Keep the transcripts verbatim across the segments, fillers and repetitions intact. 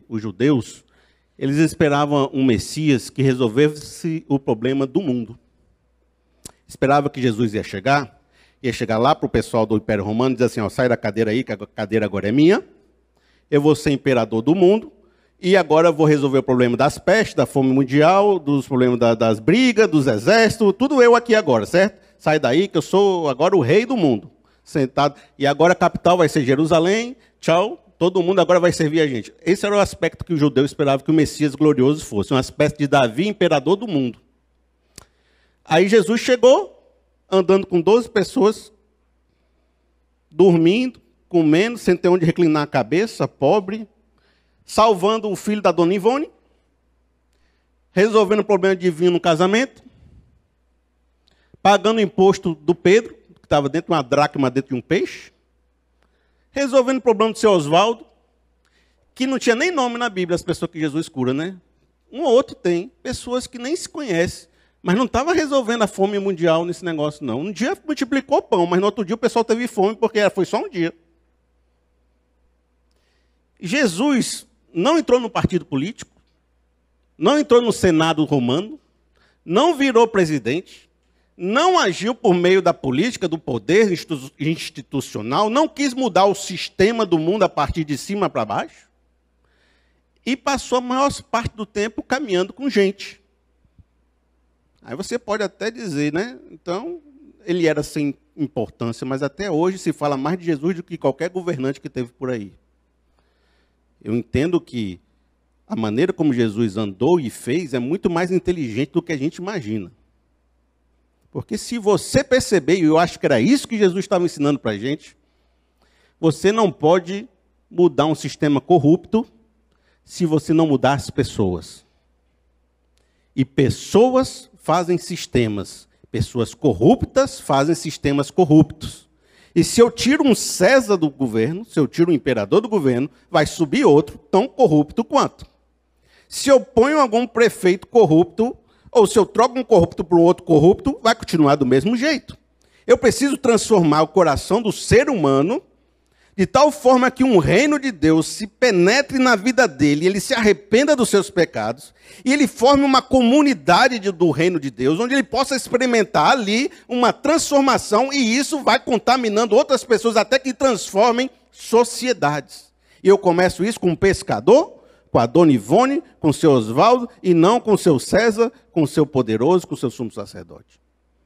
os judeus, eles esperavam um Messias que resolvesse o problema do mundo. Esperava que Jesus ia chegar, ia chegar lá para o pessoal do Império Romano e dizer assim, ó, sai da cadeira aí, que a cadeira agora é minha, eu vou ser imperador do mundo, e agora eu vou resolver o problema das pestes, da fome mundial, dos problemas da, das brigas, dos exércitos, tudo eu aqui agora, certo? Sai daí que eu sou agora o rei do mundo, sentado, e agora a capital vai ser Jerusalém, tchau, todo mundo agora vai servir a gente. Esse era o aspecto que o judeu esperava que o Messias glorioso fosse, uma espécie de Davi, imperador do mundo. Aí Jesus chegou, andando com doze pessoas, dormindo, comendo, sem ter onde reclinar a cabeça, pobre, salvando o filho da dona Ivone, resolvendo o problema de vinho no casamento, pagando o imposto do Pedro, que estava dentro de uma dracma, dentro de um peixe, resolvendo o problema do seu Oswaldo, que não tinha nem nome na Bíblia, as pessoas que Jesus cura, né? Um ou outro tem, pessoas que nem se conhecem, mas não estava resolvendo a fome mundial nesse negócio, não. Um dia multiplicou pão, mas no outro dia o pessoal teve fome, porque foi só um dia. Jesus não entrou no partido político, não entrou no Senado romano, não virou presidente, não agiu por meio da política, do poder institucional, não quis mudar o sistema do mundo a partir de cima para baixo, e passou a maior parte do tempo caminhando com gente. Aí você pode até dizer, né? Então, ele era sem importância, mas até hoje se fala mais de Jesus do que qualquer governante que teve por aí. Eu entendo que a maneira como Jesus andou e fez é muito mais inteligente do que a gente imagina. Porque se você perceber, e eu acho que era isso que Jesus estava ensinando para a gente, você não pode mudar um sistema corrupto se você não mudar as pessoas. E pessoas fazem sistemas. Pessoas corruptas fazem sistemas corruptos. E se eu tiro um César do governo, se eu tiro um imperador do governo, vai subir outro tão corrupto quanto. Se eu ponho algum prefeito corrupto, ou se eu troco um corrupto por um outro corrupto, vai continuar do mesmo jeito. Eu preciso transformar o coração do ser humano de tal forma que um reino de Deus se penetre na vida dele, ele se arrependa dos seus pecados, e ele forme uma comunidade de, do reino de Deus, onde ele possa experimentar ali uma transformação, e isso vai contaminando outras pessoas até que transformem sociedades. E eu começo isso com um pescador, com a dona Ivone, com o seu Oswaldo, e não com o seu César, com o seu poderoso, com o seu sumo sacerdote.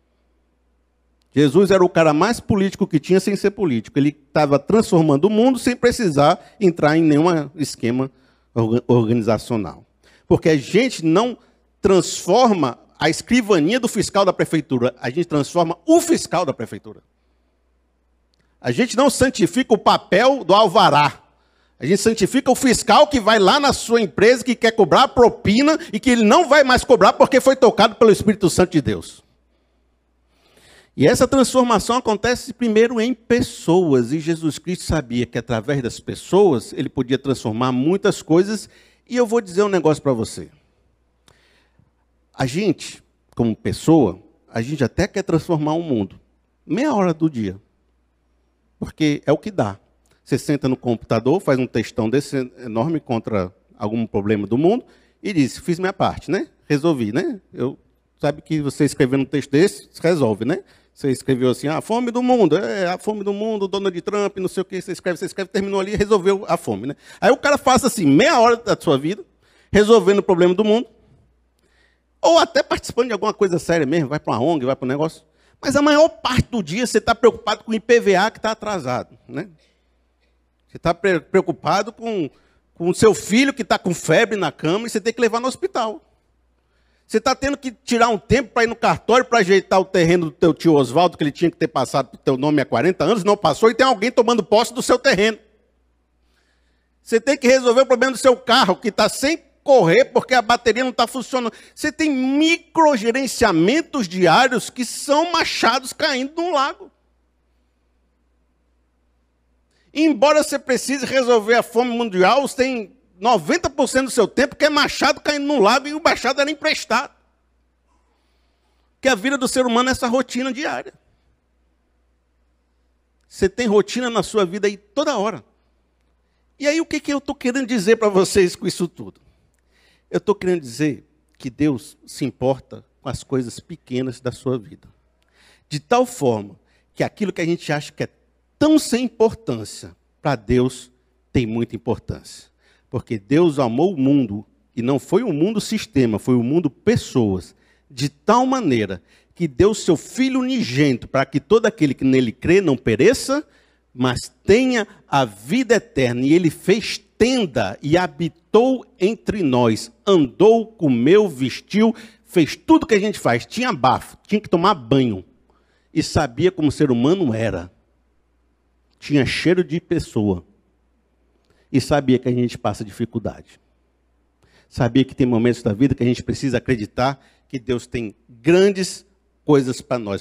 Jesus era o cara mais político que tinha sem ser político. Ele estava transformando o mundo sem precisar entrar em nenhum esquema organizacional. Porque a gente não transforma a escrivaninha do fiscal da prefeitura, a gente transforma o fiscal da prefeitura. A gente não santifica o papel do alvará. A gente santifica o fiscal que vai lá na sua empresa, que quer cobrar a propina e que ele não vai mais cobrar porque foi tocado pelo Espírito Santo de Deus. E essa transformação acontece primeiro em pessoas, e Jesus Cristo sabia que através das pessoas ele podia transformar muitas coisas, e eu vou dizer um negócio para você. A gente, como pessoa, a gente até quer transformar o mundo, meia hora do dia, porque é o que dá. Você senta no computador, faz um textão desse enorme contra algum problema do mundo, e diz, fiz minha parte, né? Resolvi, né? Eu, sabe que você escrevendo um texto desse, resolve, né? Você escreveu assim, a fome do mundo, é a fome do mundo, Donald Trump, não sei o que, você escreve, você escreve, terminou ali e resolveu a fome, né? Aí o cara passa assim, meia hora da sua vida, resolvendo o problema do mundo, ou até participando de alguma coisa séria mesmo, vai para uma O N G, vai para um negócio, mas a maior parte do dia você está preocupado com o I P V A que está atrasado, né? Você está preocupado com, com o seu filho que está com febre na cama e você tem que levar no hospital. Você está tendo que tirar um tempo para ir no cartório para ajeitar o terreno do teu tio Oswaldo, que ele tinha que ter passado para o teu nome há quarenta anos, não passou, e tem alguém tomando posse do seu terreno. Você tem que resolver o problema do seu carro, que está sem correr porque a bateria não está funcionando. Você tem microgerenciamentos diários que são machados caindo no lago. Embora você precise resolver a fome mundial, você tem noventa por cento do seu tempo que é machado caindo no lago e o machado era emprestado. Porque a vida do ser humano é essa rotina diária. Você tem rotina na sua vida aí toda hora. E aí o que, que eu estou querendo dizer para vocês com isso tudo? Eu estou querendo dizer que Deus se importa com as coisas pequenas da sua vida. De tal forma que aquilo que a gente acha que é tão sem importância, para Deus tem muita importância. Porque Deus amou o mundo, e não foi o mundo sistema, foi o mundo pessoas, de tal maneira que deu seu Filho unigênito para que todo aquele que nele crê não pereça, mas tenha a vida eterna. E ele fez tenda e habitou entre nós, andou, comeu, vestiu, fez tudo que a gente faz. Tinha bafo, tinha que tomar banho. E sabia como o ser humano era. Tinha cheiro de pessoa. E sabia que a gente passa dificuldade. Sabia que tem momentos da vida que a gente precisa acreditar que Deus tem grandes coisas para nós.